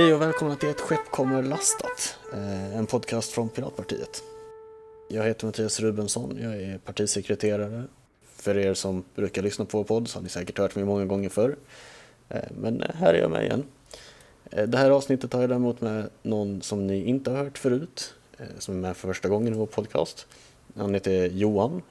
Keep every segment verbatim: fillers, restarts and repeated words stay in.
Hej och välkomna till Ett skepp kommer lastat, en podcast från Piratpartiet. Jag heter Mattias Rubensson, jag är partisekreterare. För er som brukar lyssna på podd så har ni säkert hört mig många gånger förr. Men här är jag med igen. Det här avsnittet har jag däremot med någon som ni inte har hört förut, som är med för första gången i vår podcast. Han heter Johan,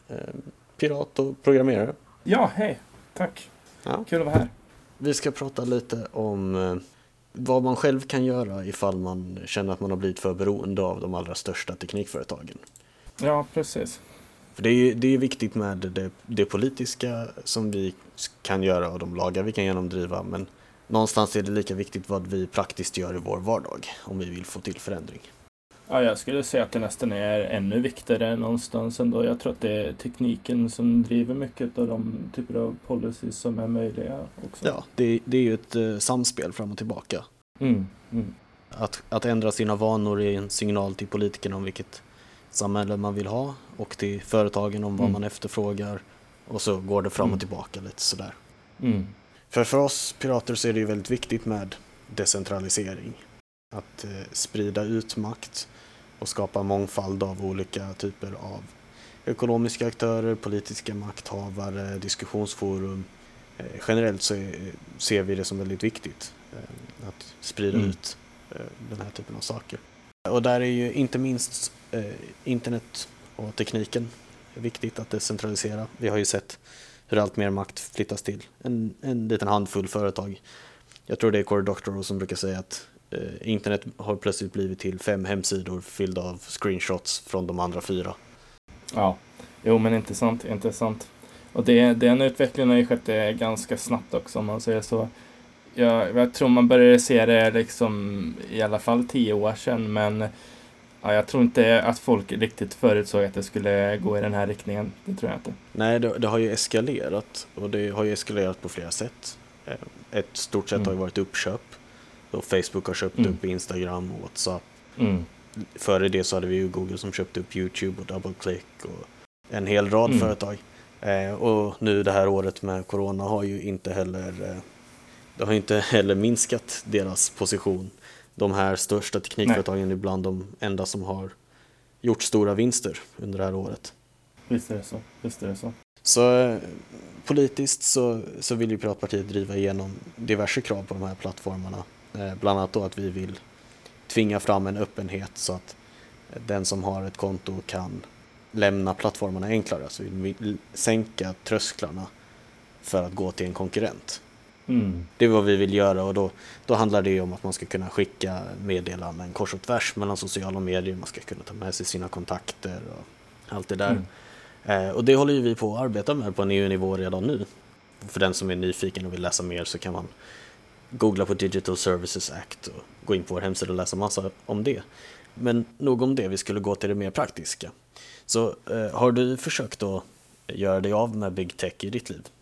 pirat och programmerare. Ja, hej. Tack. Ja. Kul att vara här. Vi ska prata lite om vad man själv kan göra ifall man känner att man har blivit för beroende av de allra största teknikföretagen. Ja, precis. För det är, det är viktigt med det, det politiska som vi kan göra och de lagar vi kan genomdriva, men någonstans är det lika viktigt vad vi praktiskt gör i vår vardag om vi vill få till förändring. Ja, jag skulle säga att det nästan är ännu viktigare någonstans ändå. Jag tror att det är tekniken som driver mycket av de typer av policies som är möjliga också. Ja, det, det är ju ett eh, samspel fram och tillbaka. Mm, mm. Att, att ändra sina vanor är en signal till politikerna om vilket samhälle man vill ha och till företagen om vad mm. man efterfrågar, och så går det fram mm. och tillbaka lite sådär. Mm. För för oss pirater så är det ju väldigt viktigt med decentralisering. Att eh, sprida ut makt och skapa mångfald av olika typer av ekonomiska aktörer, politiska makthavare, diskussionsforum. Eh, generellt så är, ser vi det som väldigt viktigt eh, att sprida mm. ut eh, den här typen av saker. Och där är ju inte minst eh, internet och tekniken viktigt att decentralisera. Vi har ju sett hur allt mer makt flyttas till en, en liten handfull företag. Jag tror det är Cory Doctorow som brukar säga att eh, internet har plötsligt blivit till fem hemsidor fyllda av screenshots från de andra fyra. Ja, jo men intressant, intressant. Och det, den utvecklingen har ju skett ganska snabbt också om man säger så. Jag, jag tror man började se det liksom i alla fall tio år sedan, men ja, jag tror inte att folk riktigt förutsåg att det skulle gå i den här riktningen. Det tror jag inte. Nej, det, det har ju eskalerat, och det har ju eskalerat på flera sätt. Ett stort sätt mm. har ju varit uppköp. Då Facebook har köpt mm. upp Instagram och WhatsApp. Mm. Före det så hade vi ju Google som köpte upp YouTube och DoubleClick och en hel rad mm. företag. Eh, och nu det här året med corona har ju inte heller eh, det har inte heller minskat deras position. De här största teknikföretagen är bland de enda som har gjort stora vinster under det här året. Visst är det så. Visst är det så. Så eh, politiskt så, så vill ju Piratpartiet driva igenom diverse krav på de här plattformarna. Eh, bland annat då att vi vill tvinga fram en öppenhet så att den som har ett konto kan lämna plattformarna enklare. Så vi vill sänka trösklarna för att gå till en konkurrent. Mm. Det är vad vi vill göra, och då, då handlar det om att man ska kunna skicka meddelanden kors och tvärs mellan sociala medier. Man ska kunna ta med sig sina kontakter och allt det där. Mm. Eh, och det håller ju vi på att arbeta med på en E U-nivå redan nu. För den som är nyfiken och vill läsa mer så kan man googla på Digital Services Act och gå in på vår hemsida och läsa massa om det. Men nog om det, vi skulle gå till det mer praktiska. Så eh, har du försökt att göra dig av med Big Tech i ditt liv?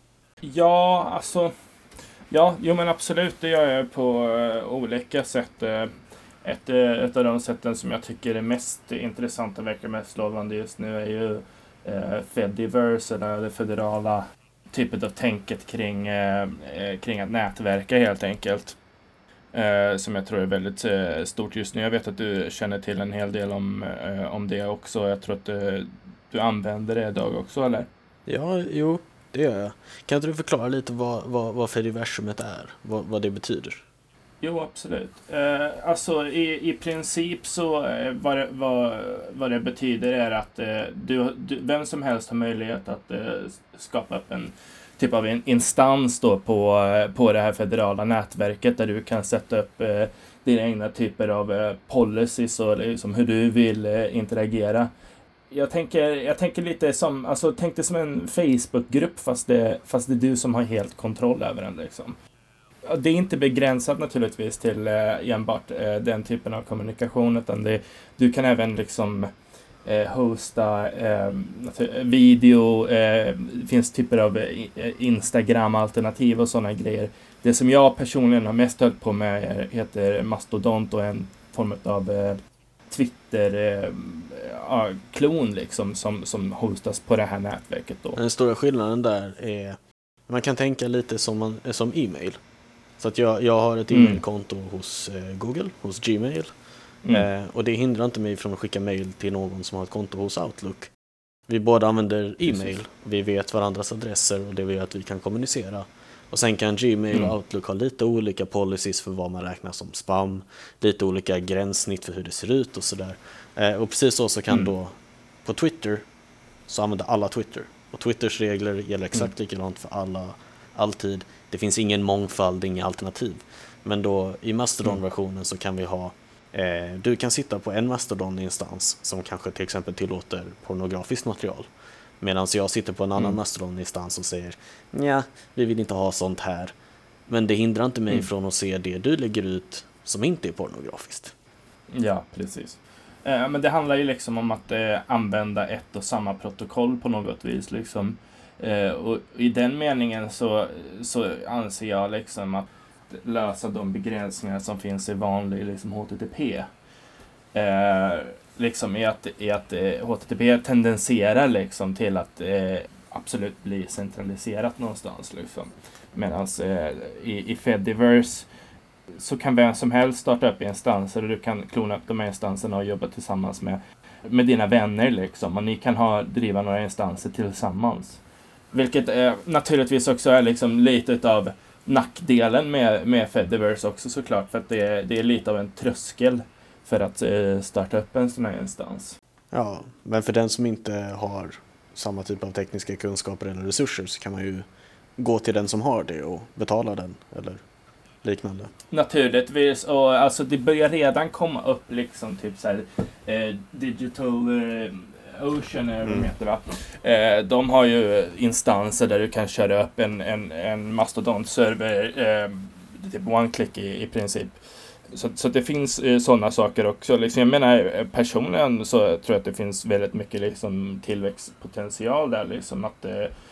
Ja, alltså... Ja, jo men absolut, det gör jag på uh, olika sätt. Uh, ett, uh, ett av de sätten som jag tycker är mest intressanta och verkar mest lovande just nu är ju uh, Fediverse, eller det federala typet av tänket kring, uh, kring att nätverka helt enkelt. Uh, som jag tror är väldigt uh, stort just nu. Jag vet att du känner till en hel del om, uh, om det också. Jag tror att uh, du använder det idag också, eller? Ja, jo. Det gör jag. Kan inte du förklara lite vad, vad, vad Fediversumet är? Vad, vad det betyder? Jo, absolut. Eh, alltså i, i princip så eh, vad, det, vad, vad det betyder är att eh, du, du, vem som helst har möjlighet att eh, skapa upp en typ av en instans då på, på det här federala nätverket där du kan sätta upp eh, dina egna typer av eh, policies och liksom hur du vill eh, interagera. Jag tänker, jag tänker lite som, alltså tänk det som en Facebook-grupp fast det, fast det är du som har helt kontroll över den liksom. Det är inte begränsat naturligtvis till eh, enbart eh, den typen av kommunikation, utan det, du kan även liksom eh, hosta eh, video, eh, det finns typer av eh, Instagram-alternativ och sådana grejer. Det som jag personligen har mest höll på med heter Mastodont och en form av eh, Twitter-klon eh, liksom, som, som hostas på det här nätverket då. Den stora skillnaden där är, man kan tänka lite som, man, som e-mail. Så att jag, jag har ett e-mailkonto mm. hos eh, Google, hos Gmail. Mm. Eh, och det hindrar inte mig från att skicka mail till någon som har ett konto hos Outlook. Vi båda använder e-mail, vi vet varandras adresser och det gör att vi kan kommunicera. Och sen kan Gmail mm. och Outlook ha lite olika policies för vad man räknar som spam, lite olika gränssnitt för hur det ser ut och sådär. Eh, och precis så, så kan mm. då på Twitter så använder alla Twitter. Och Twitters regler gäller exakt mm. likadant för alla, alltid. Det finns ingen mångfald, inga alternativ. Men då i Mastodon-versionen så kan vi ha eh, du kan sitta på en Mastodon-instans som kanske till exempel tillåter pornografiskt material. Medan jag sitter på en annan mm. Mastodon-instans och säger ja, vi vill inte ha sånt här. Men det hindrar inte mig mm. från att se det du lägger ut som inte är pornografiskt. Ja, precis. Eh, men det handlar ju liksom om att eh, använda ett och samma protokoll på något vis. Liksom. Eh, och i den meningen så, så anser jag liksom att lösa de begränsningar som finns i vanlig liksom, H T T P. Eh, liksom i att, i att eh, H T T P tendenserar liksom till att eh, absolut bli centraliserat någonstans liksom. Medan eh, i, i Fediverse så kan vem som helst starta upp instanser och du kan klona upp de här instanserna och jobba tillsammans med, med dina vänner liksom. Och ni kan ha, driva några instanser tillsammans. Vilket eh, naturligtvis också är liksom lite av nackdelen med, med Fediverse också såklart. För att det är, det är lite av en tröskel för att eh, starta upp en sån här instans. Ja, men för den som inte har samma typ av tekniska kunskaper eller resurser så kan man ju gå till den som har det och betala den eller liknande. Naturligtvis, och alltså det börjar redan komma upp liksom typ så här eh, Digital eh, Ocean eller vad de heter, va? Eh, de har ju instanser där du kan köra upp en, en, en Mastodon-server eh, typ one-click i, i princip. Så, så det finns eh, sådana saker också. Liksom, jag menar, personligen så tror jag att det finns väldigt mycket liksom, tillväxtpotential där. Liksom, att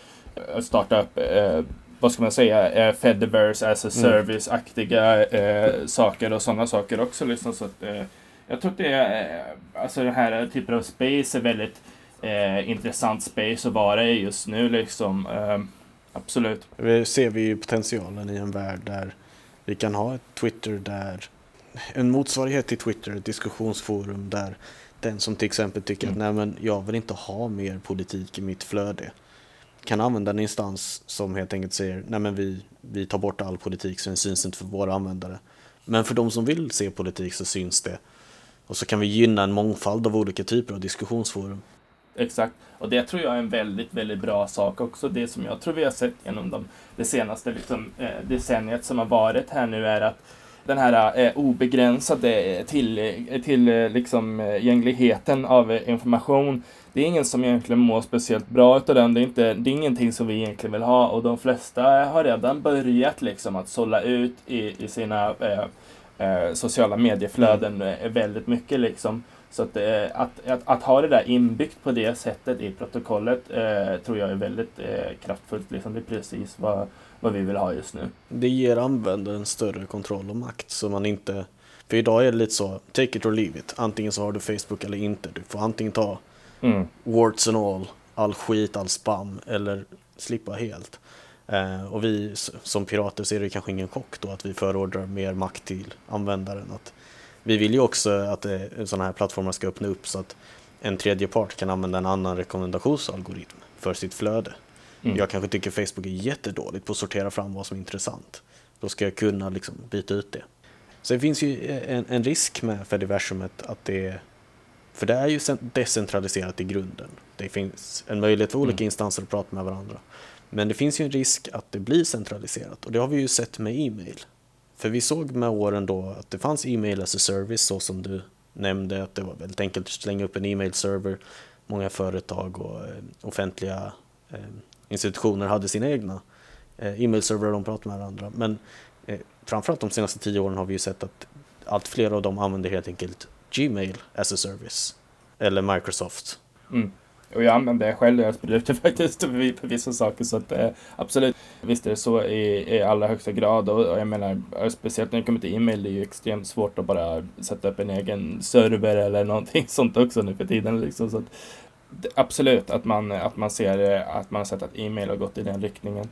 eh, starta upp, eh, vad ska man säga, eh, Fediverse as a service-aktiga eh, saker och sådana saker också. Liksom, så att, eh, jag tror att det är, alltså den här typen av space är väldigt eh, intressant space att vara i just nu. Liksom. Eh, absolut. Vi ser vi ju potentialen i en värld där vi kan ha ett Twitter där en motsvarighet till Twitter, ett diskussionsforum där den som till exempel tycker mm. att nej men jag vill inte ha mer politik i mitt flöde kan använda en instans som helt enkelt säger nej men vi, vi tar bort all politik så den syns inte för våra användare. Men för de som vill se politik så syns det. Och så kan vi gynna en mångfald av olika typer av diskussionsforum. Exakt. Och det tror jag är en väldigt, väldigt bra sak också. Det som jag tror vi har sett genom de, det senaste liksom, eh, decenniet som har varit här nu är att den här eh, obegränsade till, till eh, liksom, eh, gängligheten av eh, information, det är ingen som egentligen mår speciellt bra utav den. Det är, inte, det är ingenting som vi egentligen vill ha. Och de flesta har redan börjat liksom, att sålla ut i, i sina eh, eh, sociala medieflöden mm. väldigt mycket. Liksom. Så att, eh, att, att, att ha det där inbyggt på det sättet i protokollet eh, tror jag är väldigt eh, kraftfullt. Liksom. Det är precis vad, vad vi vill ha just nu. Det ger användaren större kontroll och makt så man inte... För idag är det lite så, take it or leave it. Antingen så har du Facebook eller inte. Du får antingen ta mm. warts and all, all skit, all spam eller slippa helt. Eh, och vi som pirater så är det kanske ingen chock då att vi förordrar mer makt till användaren. Att vi vill ju också att eh, sådana här plattformar ska öppna upp så att en tredje part kan använda en annan rekommendationsalgoritm för sitt flöde. Mm. Jag kanske tycker Facebook är jättedåligt på att sortera fram vad som är intressant. Då ska jag kunna liksom byta ut det. Så det finns ju en, en risk med Fediversumet att det för det är ju decentraliserat i grunden. Det finns en möjlighet för olika mm. instanser att prata med varandra. Men det finns ju en risk att det blir centraliserat. Och det har vi ju sett med e-mail. För vi såg med åren då att det fanns e-mail as a service så som du nämnde. Att det var väldigt enkelt att slänga upp en e-mail-server. Många företag och eh, offentliga eh, institutioner hade sina egna eh, e-mail-server de pratade med varandra. Men eh, framförallt de senaste tio åren har vi ju sett att allt fler av dem använder helt enkelt Gmail as a service. Eller Microsoft. Mm. Och jag använder det själv, jag spelar ut det faktiskt på vissa saker så att eh, absolut, visst är det så i, i allra högsta grad och, och jag menar, speciellt när det kommer till e-mail, det är ju extremt svårt att bara sätta upp en egen server eller någonting sånt också nu för tiden liksom, så att, absolut att man, att man ser att man har sett att e-mail har gått i den riktningen.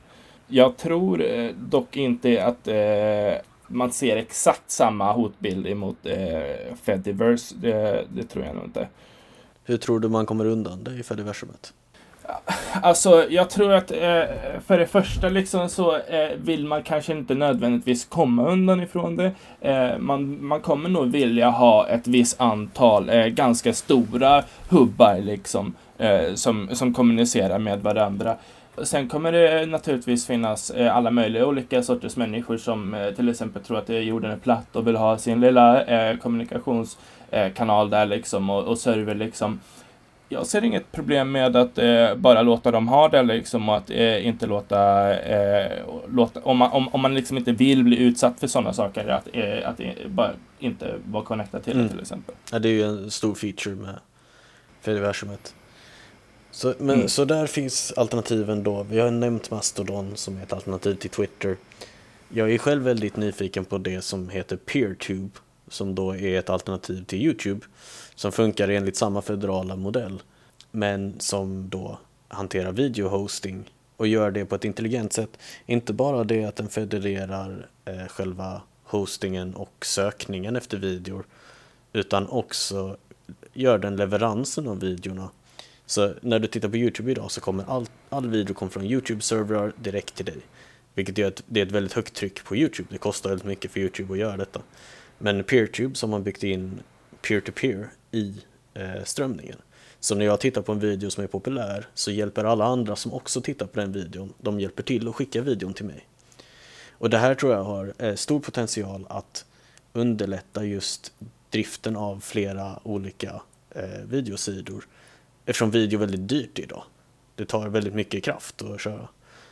Jag tror eh, dock inte att eh, man ser exakt samma hotbild emot eh, Fediverse. Det, det tror jag nog inte. Hur tror du man kommer undan det i Fediversumet? Alltså, jag tror att eh, för det första liksom så eh, vill man kanske inte nödvändigtvis komma undan ifrån det. Eh, man, man kommer nog vilja ha ett visst antal eh, ganska stora hubbar liksom, eh, som, som kommunicerar med varandra. Sen kommer det naturligtvis finnas eh, alla möjliga olika sorters människor som eh, till exempel tror att jorden är platt och vill ha sin lilla eh, kommunikationskanal där liksom och, och server liksom. Jag ser inget problem med att eh, bara låta dem ha det liksom och att eh, inte låta, eh, låta om, man, om, om man liksom inte vill bli utsatt för sådana saker att, eh, att eh, bara inte vara connectad till mm. det till exempel. Ja, det är ju en stor feature med Fediversumet. Så, men, mm. så där finns alternativen då. Vi har nämnt Mastodon som är ett alternativ till Twitter. Jag är själv väldigt nyfiken på det som heter PeerTube, som då är ett alternativ till YouTube, som funkar enligt samma federala modell, men som då hanterar videohosting och gör det på ett intelligent sätt. Inte bara det att den federerar eh, själva hostingen och sökningen efter videor, utan också gör den leveransen av videorna. Så när du tittar på YouTube idag så kommer all, all video kommer från YouTube-servrar direkt till dig. Vilket gör att det är ett väldigt högt tryck på YouTube. Det kostar väldigt mycket för YouTube att göra detta. Men PeerTube som har byggt in peer-to-peer i eh, strömningen. Så när jag tittar på en video som är populär så hjälper alla andra som också tittar på den videon. De hjälper till att skicka videon till mig. Och det här tror jag har eh, stor potential att underlätta just driften av flera olika eh, videosidor. Eftersom video är väldigt dyrt idag. Det tar väldigt mycket kraft att köra.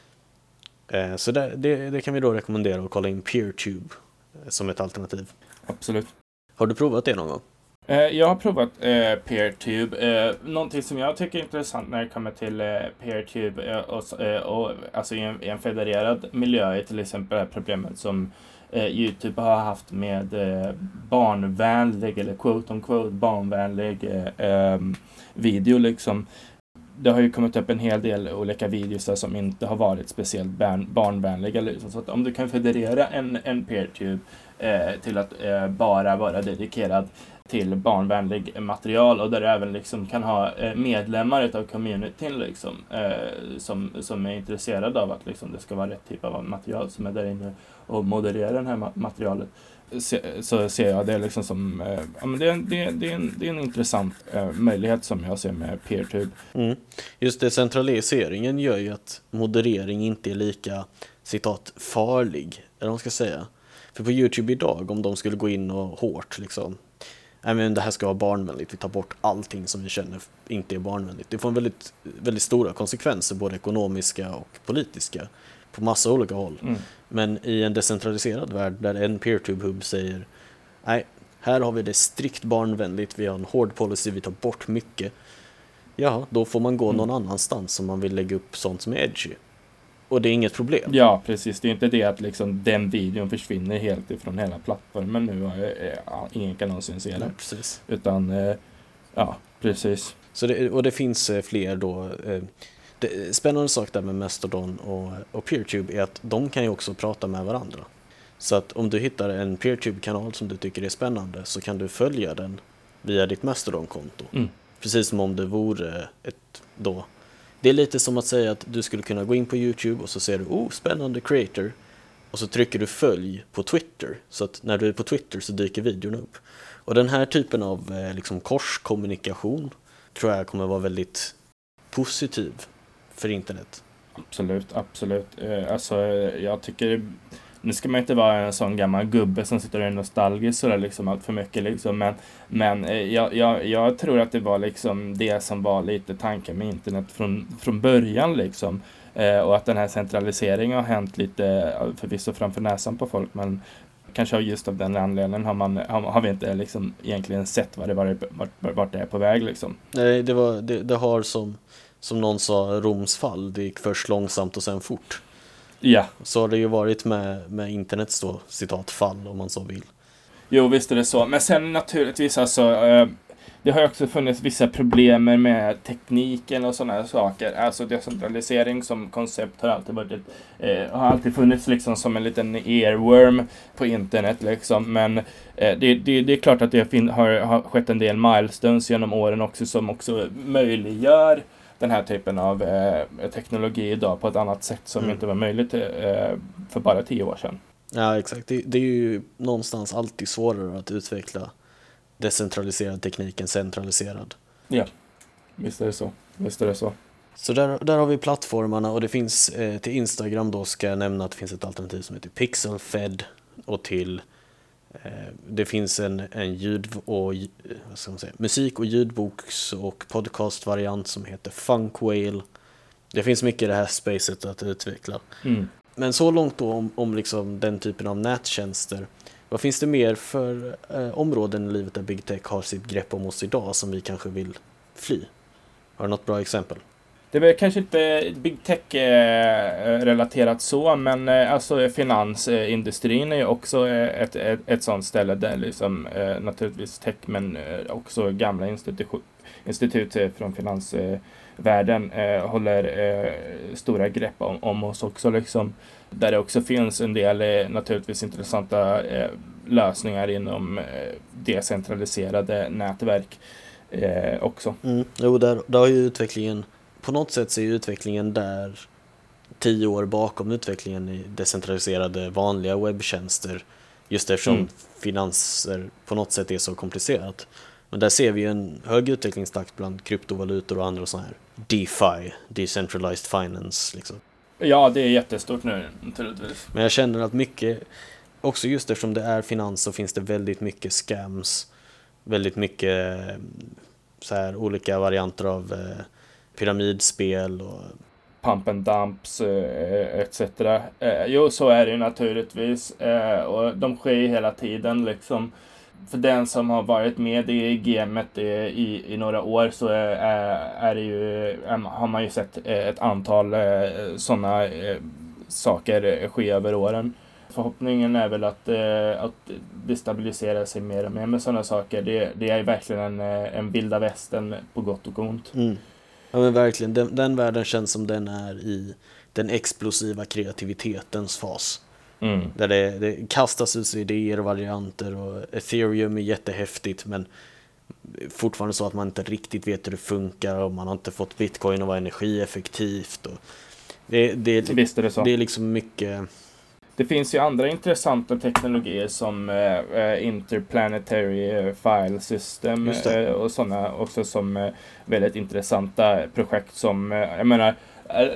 Eh, så det, det, det kan vi då rekommendera att kolla in PeerTube eh, som ett alternativ. Absolut. Har du provat det någon gång? Eh, jag har provat eh, PeerTube. Eh, någonting som jag tycker är intressant när det kommer till eh, PeerTube eh, och, eh, och alltså i en, i en federerad miljö är till exempel det här problemet som eh, YouTube har haft med eh, barnvänlig eller quote on quote barnvänlig eh, eh, video liksom. Det har ju kommit upp en hel del olika videos som inte har varit speciellt barn, barnvänliga. Liksom. Så att om du kan federera en, en PeerTube eh, till att eh, bara vara dedikerad till barnvänlig material och där du även liksom kan ha eh, medlemmar av communityn liksom, eh, som, som är intresserade av att liksom, det ska vara rätt typ av material som är där inne och modererar det här materialet. Så ser jag det liksom som eh, ja, men det, är, det, det, är en, det är en intressant eh, möjlighet som jag ser med PeerTube. Mm. Just decentraliseringen gör ju att moderering inte är lika citat farlig, eller vad man ska säga. För på YouTube idag, om de skulle gå in och hårt liksom, nej men det här ska vara barnvänligt, vi tar bort allting som vi känner inte är barnvänligt. Det får en väldigt, väldigt stora konsekvenser, både ekonomiska och politiska, på massa olika håll. Mm. Men i en decentraliserad värld där en PeerTube-hub säger nej, här har vi det strikt barnvänligt, vi har en hård policy, vi tar bort mycket. Ja, då får man gå mm. någon annanstans om man vill lägga upp sånt som är edgy. Och det är inget problem. Ja, precis. Det är inte det att liksom den videon försvinner helt ifrån hela plattformen nu och äh, ingen kan någonsin se den. Precis. Utan, äh, ja, precis. Så det, och det finns äh, fler då... Äh, Det spännande sak där med Mastodon och, och PeerTube är att de kan ju också prata med varandra. Så att om du hittar en PeerTube-kanal som du tycker är spännande så kan du följa den via ditt Mastodon-konto. Mm. Precis som om det vore ett då. Det är lite som att säga att du skulle kunna gå in på YouTube och så ser du, oh, spännande creator. Och så trycker du följ på Twitter. Så att när du är på Twitter så dyker videon upp. Och den här typen av eh, liksom korskommunikation tror jag kommer vara väldigt positiv för internet. Absolut, absolut. Eh, alltså, jag tycker... Nu ska man inte vara en sån gammal gubbe som sitter och är nostalgisk sådär liksom allt för mycket liksom. Men, men eh, jag, jag, jag tror att det var liksom det som var lite tanken med internet från, från början liksom. Eh, och att den här centraliseringen har hänt lite förvisso framför näsan på folk. Men kanske just av den anledningen har, man, har, har vi inte liksom egentligen sett vad det var, vart, vart det är på väg liksom. Nej, det, var, det, det har som... Som någon sa, Roms fall, det gick först långsamt och sen fort. Ja. Så har det ju varit med, med internets då, citat fall om man så vill. Jo, visst är det så. Men sen naturligtvis alltså, eh, det har också funnits vissa problem med tekniken och sådana här saker. Alltså decentralisering som koncept har alltid varit ett, eh, har alltid funnits liksom som en liten earworm på internet liksom. Men eh, det, det, det är klart att det fin- har, har skett en del milestones genom åren också som också möjliggör den här typen av eh, teknologi idag på ett annat sätt som mm. inte var möjligt eh, för bara tio år sedan. Ja, exakt. Det, det är ju någonstans alltid svårare att utveckla decentraliserad teknik än centraliserad. Ja, visst är det så. Visst är det så. Så där, där har vi plattformarna, och det finns eh, till Instagram då ska jag nämna att det finns ett alternativ som heter Pixelfed, och till eh, det finns en, en ljud och vad ska man säga, musik- och ljudboks- och podcastvariant som heter Funkwhale. Det finns mycket i det här spacet att utveckla. Mm. Men så långt då om, om liksom den typen av nättjänster. Vad finns det mer för eh, områden i livet där Big Tech har sitt grepp om oss idag som vi kanske vill fly? Har du något bra exempel? Det är väl kanske inte Big Tech-relaterat så, men alltså finansindustrin är ju också ett, ett, ett sånt ställe där liksom, naturligtvis tech, men också gamla institu- institut från finansvärlden håller stora grepp om, om oss också. Liksom, där det också finns en del naturligtvis intressanta lösningar inom decentraliserade nätverk också. Mm. Jo, där, där har ju utvecklingen på något sätt så är utvecklingen där tio år bakom utvecklingen i decentraliserade vanliga webbtjänster, just eftersom mm. finanser på något sätt är så komplicerat. Men där ser vi ju en hög utvecklingstakt bland kryptovalutor och andra sådana här DeFi, Decentralized Finance liksom. Ja, det är jättestort nu naturligtvis. Men jag känner att mycket, också just eftersom det är finans, så finns det väldigt mycket scams, väldigt mycket så här olika varianter av eh, pyramidspel och pump and dumps eh, et cetera. Eh, jo, så är det ju naturligtvis. Eh, och de sker ju hela tiden liksom. För den som har varit med i gamet i, i några år så är, är det ju, har man ju sett ett antal eh, sådana eh, saker ske över åren. Förhoppningen är väl att, eh, att det stabiliserar sig mer och mer med sådana saker. Det, det är verkligen en, en vilda västern på gott och ont. Mm. Ja, men verkligen. Den, den världen känns som den är i den explosiva kreativitetens fas. Mm. Där det, det kastas ut idéer och varianter, och Ethereum är jättehäftigt, men fortfarande så att man inte riktigt vet hur det funkar, och man har inte fått Bitcoin att vara energieffektivt. Och det, det, Visst är det så. Det är liksom mycket... Det finns ju andra intressanta teknologier som eh, Interplanetary File System eh, och sådana också som eh, väldigt intressanta projekt som, eh, jag menar, eh,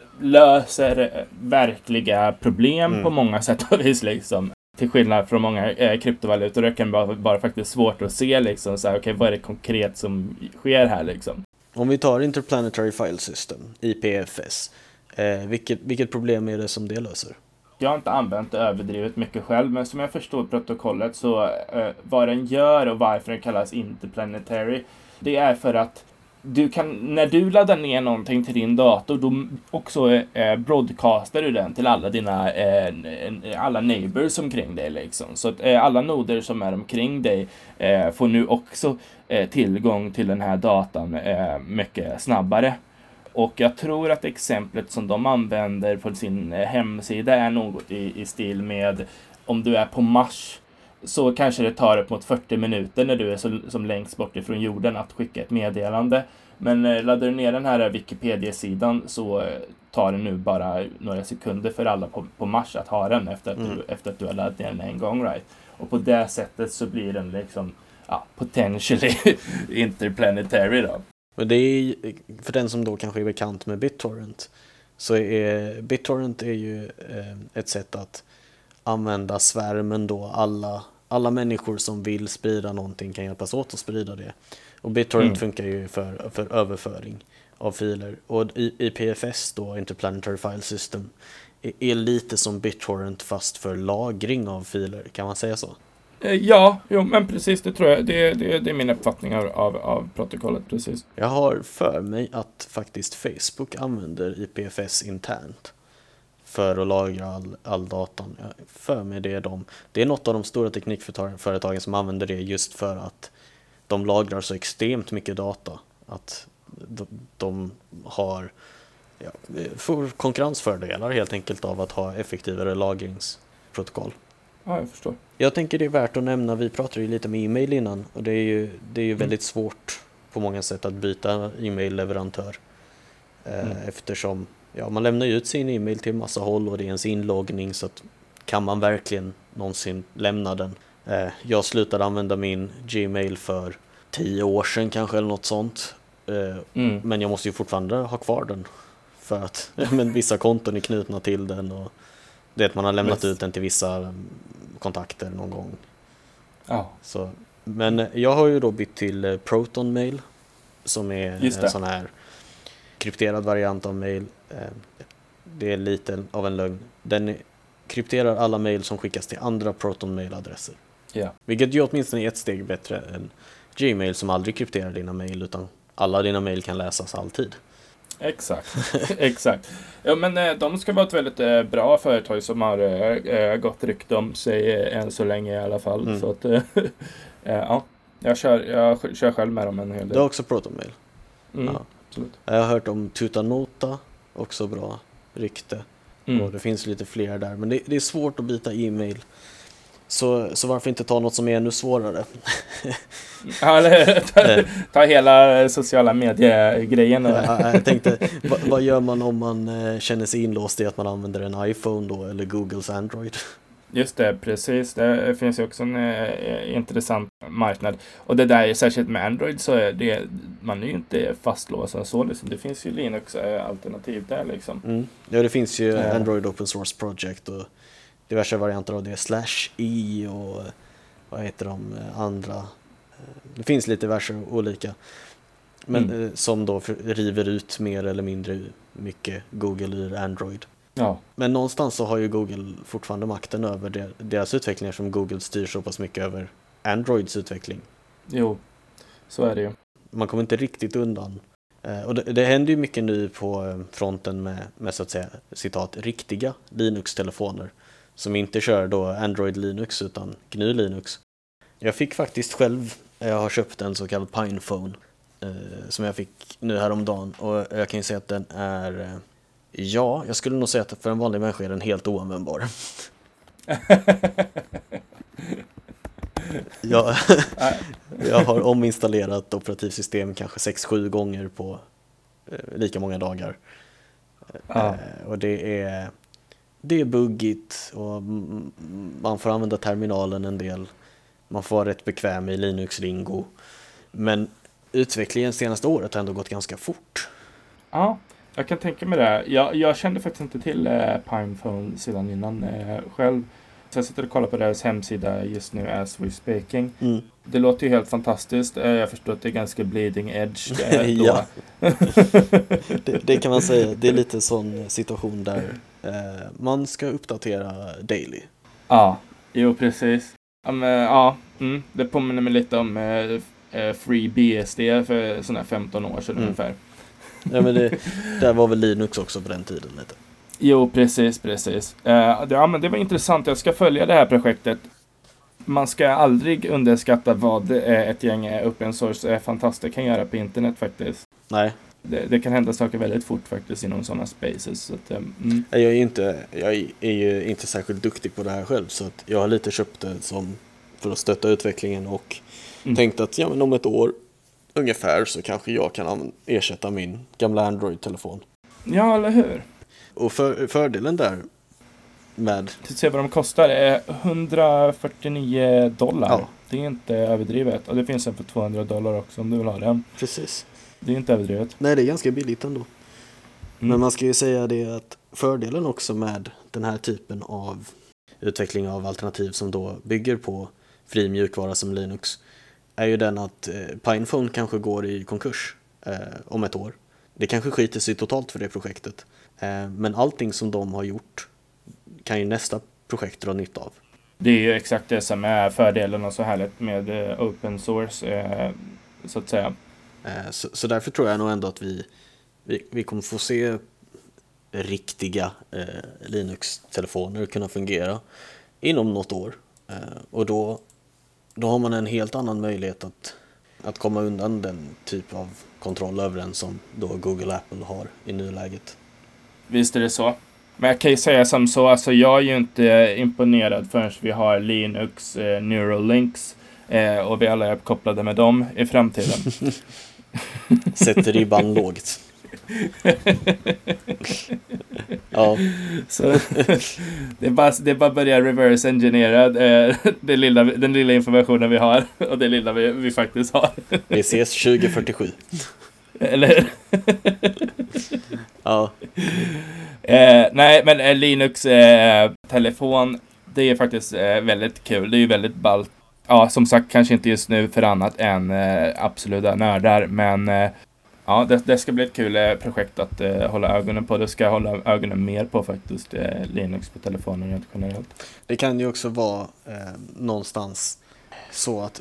löser verkliga problem mm. på många sätt och vis liksom. Till skillnad från många eh, kryptovalutor, det kan vara bara faktiskt svårt att se liksom, så här, okay, vad är det konkret som sker här liksom. Om vi tar Interplanetary File System, I P F S, eh, vilket, vilket problem är det som det löser? Jag har inte använt det överdrivet mycket själv, men som jag förstår protokollet så eh, vad den gör och varför den kallas Interplanetary, det är för att du kan, när du laddar ner någonting till din dator, då också eh, broadcastar du den till alla dina eh, alla neighbors omkring dig liksom. Så att eh, alla noder som är omkring dig eh, får nu också eh, tillgång till den här datan eh, mycket snabbare. Och jag tror att exemplet som de använder på sin hemsida är något i, i stil med om du är på Mars, så kanske det tar upp mot fyrtio minuter när du är så, som längst bort ifrån jorden att skicka ett meddelande. Men eh, laddar du ner den här Wikipedia-sidan så eh, tar det nu bara några sekunder för alla på, på Mars att ha den efter att, mm. du, efter att du har laddat ner den en gång. Right? Och på det sättet så blir den liksom ja, potentially interplanetary då. Men det är, för den som då kanske är bekant med BitTorrent, så är BitTorrent är ju ett sätt att använda svärmen då. Alla, alla människor som vill sprida någonting kan hjälpas åt att sprida det. Och BitTorrent mm. funkar ju för, för överföring av filer. Och I P F S då, Interplanetary File System, är, är lite som BitTorrent fast för lagring av filer. Kan man säga så? Ja, jo, men precis, det tror jag. Det, det, det är min uppfattning av, av, av protokollet, precis. Jag har för mig att faktiskt Facebook använder I P F S internt för att lagra all, all datan. Jag för mig det är de. Det är något av de stora teknikföretagen som använder det just för att de lagrar så extremt mycket data att de, de har ja, får konkurrensfördelar helt enkelt av att ha effektivare lagringsprotokoll. Ja, jag förstår. Jag tänker det är värt att nämna, vi pratade ju lite med e-mail innan och det är ju, det är ju mm. väldigt svårt på många sätt att byta e-mail-leverantör eh, mm. eftersom ja, man lämnar ut sin e-mail till massa håll och det är ens inloggning, så att kan man verkligen någonsin lämna den? Eh, jag slutade använda min Gmail för tio år sedan kanske eller något sånt, eh, mm. men jag måste ju fortfarande ha kvar den för att men vissa konton är knutna till den och det är att man har lämnat Visst. ut den till vissa kontakter någon gång. Ja. Så, men jag har ju då bytt till Proton Mail som är en sån här krypterad variant av mail. Det är lite av en lögn. Den krypterar alla mail som skickas till andra Proton Mail-adresser. Ja. Vilket ju åtminstone är ett steg bättre än Gmail som aldrig krypterar dina mail utan alla dina mail kan läsas alltid. Exakt, exakt. Ja, men eh, de ska vara ett väldigt eh, bra företag som har eh, gått rykte om sig eh, än så länge i alla fall. Mm. Så att, eh, ja, jag kör, jag kör själv med dem en hel del. Det är också Proton Mail. Mm, ja. Absolut. Jag har hört om Tutanota, också bra rykte. Mm. Och det finns lite fler där, men det, det är svårt att byta e-mail. Så, så varför inte ta något som är ännu svårare? Ja, eller, ta, ta hela sociala medier-grejen. Ja, jag tänkte, vad, vad gör man om man eh, känner sig inlåst i att man använder en iPhone då, eller Googles Android? Just det, precis. Det finns ju också en eh, intressant marknad. Och det där, särskilt med Android, så är det, man är ju inte fastlåst så liksom. Det finns ju Linux-alternativ där liksom. Mm. Ja, det finns ju ja. Android Open Source Project och diverse varianter av det, slash i och vad heter de andra. Det finns lite verser olika. Men mm. som då river ut mer eller mindre mycket Google ur Android. Ja. Men någonstans så har ju Google fortfarande makten över deras utveckling som Google styr så pass mycket över Androids utveckling. Jo, så är det ju. Man kommer inte riktigt undan. Och det, det händer ju mycket nu på fronten med, med så att säga citat riktiga Linux-telefoner. Som inte kör då Android Linux utan G N U Linux. Jag fick faktiskt själv, jag har köpt en så kallad Pinephone eh, som jag fick nu häromdagen. Och jag kan ju säga att den är, eh, ja, jag skulle nog säga att för en vanlig människa är den helt oanvändbar. jag, jag har ominstallerat operativsystem kanske sex sju gånger på eh, lika många dagar. Ah. Eh, och det är... Det är buggigt och man får använda terminalen en del. Man får vara rätt bekväm i Linux-lingo. Men utvecklingen senaste året har ändå gått ganska fort. Ja, jag kan tänka mig det. Jag, jag kände faktiskt inte till eh, Pinephone sedan innan eh, själv. Så jag sitter och kollar på deras hemsida just nu as we're speaking. Mm. Det låter ju helt fantastiskt. Jag förstår att det är ganska bleeding edge. Eh, ja, det, det kan man säga. Det är lite sån situation där eh, man ska uppdatera daily. Ja, jo precis. Um, ja, mm, det påminner mig lite om uh, FreeBSD för sådana här femton år sedan mm. ungefär. Ja, men det där var väl Linux också på den tiden lite. Jo, precis, precis. Uh, det, ja, men det var intressant. Jag ska följa det här projektet. Man ska aldrig underskatta vad ett gäng open source fantaster kan göra på internet faktiskt. Nej. Det, det kan hända saker väldigt fort faktiskt inom sådana spaces. Så att, mm. jag, är inte, jag är ju inte särskilt duktig på det här själv, så att jag har lite köpt det som för att stötta utvecklingen och mm. tänkt att ja, men om ett år ungefär så kanske jag kan ersätta min gamla Android-telefon. Ja, eller hur? Och för, fördelen där med... Till se vad de kostar är hundrafyrtionio dollar. Ja. Det är inte överdrivet. Och det finns en för tvåhundra dollar också om du vill ha den. Precis. Det är inte överdrivet. Nej, det är ganska billigt ändå. Mm. Men man ska ju säga det att fördelen också med den här typen av utveckling av alternativ som då bygger på fri mjukvara som Linux är ju den att eh, Pinephone kanske går i konkurs eh, om ett år. Det kanske skiter sig totalt för det projektet. Eh, men allting som de har gjort kan ju nästa projekt dra nytta av. Det är ju exakt det som är fördelen och så härligt med eh, open source eh, så att säga. Eh, så, så därför tror jag nog ändå att vi, vi, vi kommer få se riktiga eh, Linux-telefoner kunna fungera inom något år. Eh, och då, då har man en helt annan möjlighet att att komma undan den typ av kontroll över den som då Google och Apple har i nuläget. Visst är det så. Men jag kan ju säga som så, alltså jag är ju inte imponerad förrän vi har Linux, eh, Neuralinks eh, och vi alla är uppkopplade med dem i framtiden. Sätter ribban lågt. Ja. Så det är bara det är bara börja reverse engineera eh, det lilla, den lilla informationen vi har och det lilla vi, vi faktiskt har. Vi ses tjugo fyrtiosju. Eller ja. Eh, nej, men eh, Linux eh, telefon, det är faktiskt eh, väldigt kul. Det är ju väldigt ballt. Ja, som sagt, kanske inte just nu för annat än eh, absoluta nördar, men eh, ja, det, det ska bli ett kul eh, projekt att eh, hålla ögonen på. Det ska hålla ögonen mer på faktiskt eh, Linux på telefonen rent generellt. Det kan ju också vara eh, någonstans så att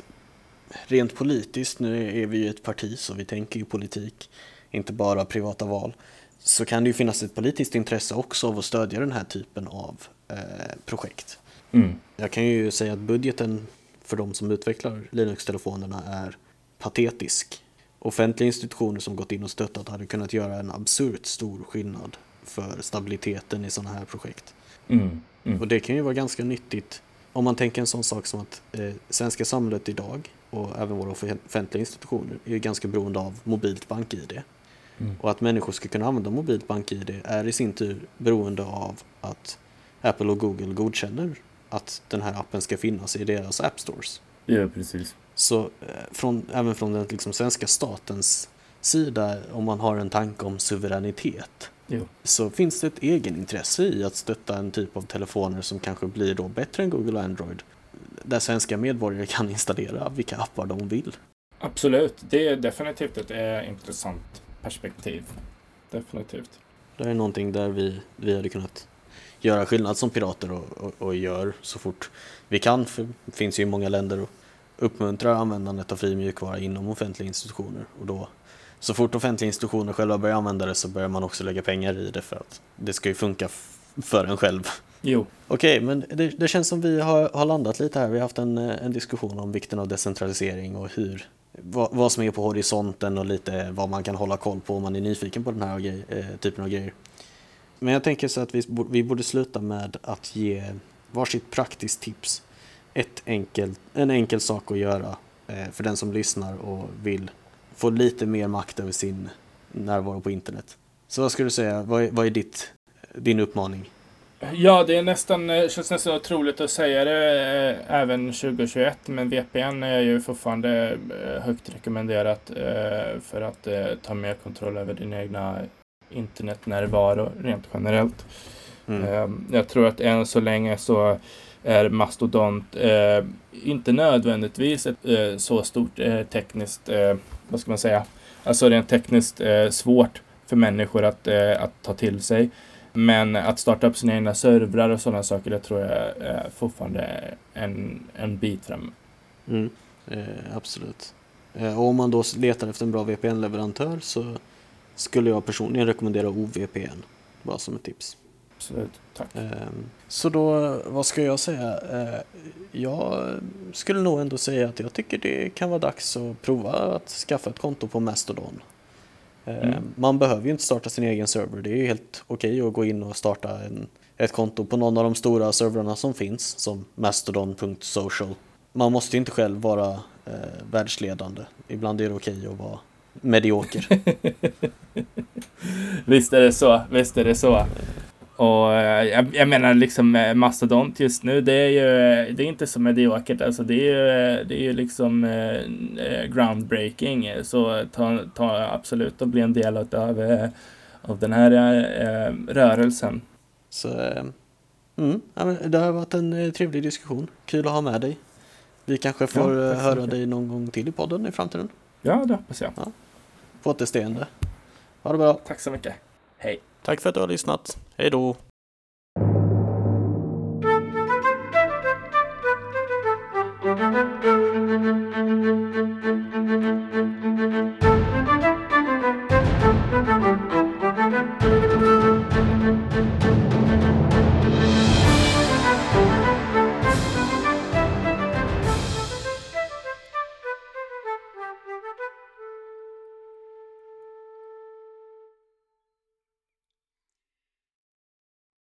rent politiskt, nu är vi ju ett parti så vi tänker ju politik, inte bara privata val. Så kan det ju finnas ett politiskt intresse också av att stödja den här typen av eh, projekt. Mm. Jag kan ju säga att budgeten för de som utvecklar Linux-telefonerna är patetisk. Offentliga institutioner som gått in och stöttat hade kunnat göra en absurt stor skillnad för stabiliteten i sådana här projekt. Mm. Mm. Och det kan ju vara ganska nyttigt om man tänker en sån sak som att eh, svenska samhället idag och även våra offentliga institutioner är ju ganska beroende av mobilt bank-I D. Mm. Och att människor ska kunna använda mobilt bank-I D är i sin tur beroende av att Apple och Google godkänner att den här appen ska finnas i deras app stores. Ja, precis. Så eh, från, även från den liksom, svenska statens sida, om man har en tanke om suveränitet, jo. Så finns det ett egenintresse i att stötta en typ av telefoner som kanske blir då bättre än Google och Android, där svenska medborgare kan installera vilka appar de vill. Absolut, det är definitivt ett eh, intressant perspektiv. Definitivt. Det är någonting där vi, vi hade kunnat göra skillnad som pirater och, och, och gör så fort vi kan. För det finns ju i många länder och uppmuntrar användandet av fri mjukvara inom offentliga institutioner. Och då, så fort offentliga institutioner själva börjar använda det så börjar man också lägga pengar i det för att det ska ju funka f- för en själv. Jo. Okej, men det, det känns som vi har, har landat lite här. Vi har haft en, en diskussion om vikten av decentralisering och hur vad, vad som är på horisonten och lite vad man kan hålla koll på om man är nyfiken på den här grej, eh, typen av grejer. Men jag tänker så att vi, vi borde sluta med att ge varsitt praktiskt tips. Ett enkel, en enkel sak att göra eh, för den som lyssnar och vill få lite mer makt över sin närvaro på internet. Så vad skulle du säga? Vad är, vad är ditt, din uppmaning? Ja, det är nästan, känns nästan otroligt att säga det eh, även tjugohundratjugoett, men V P N är ju fortfarande eh, högt rekommenderat eh, för att eh, ta mer kontroll över din egna internetnärvaro rent generellt. Mm. Eh, jag tror att än så länge så är Mastodont eh, inte nödvändigtvis ett eh, så stort eh, tekniskt, eh, vad ska man säga, alltså rent tekniskt eh, svårt för människor att, eh, att ta till sig. Men att starta upp sina egna servrar och sådana saker, det tror jag är fortfarande en, en bit fram. Mm, eh, absolut. Eh, och om man då letar efter en bra V P N-leverantör så skulle jag personligen rekommendera O V P N, bara som ett tips. Absolut, tack. Eh, så då, vad ska jag säga? Eh, jag skulle nog ändå säga att jag tycker det kan vara dags att prova att skaffa ett konto på Mastodon. Mm. Man behöver ju inte starta sin egen server. Det är ju helt okej att gå in och starta en, ett konto på någon av de stora servrarna som finns, som mastodon punkt social. Man måste ju inte själv vara eh, världsledande. Ibland är det okej att vara medioker. Visst är det så, visst är det så. Och jag, jag menar liksom Mastodont just nu, det är ju det är inte så mediokert, alltså det är ju, det är ju liksom eh, groundbreaking, så ta, ta absolut och bli en del av, eh, av den här eh, rörelsen. Så eh, mm, ja, men det har varit en eh, trevlig diskussion, kul att ha med dig. Vi kanske får ja, höra mycket. dig någon gång till i podden i framtiden. Ja, det hoppas jag. Ja. På återseende. Ha det bra. Tack så mycket. Hej. Tack för att du har lyssnat. Hej då! Thank you.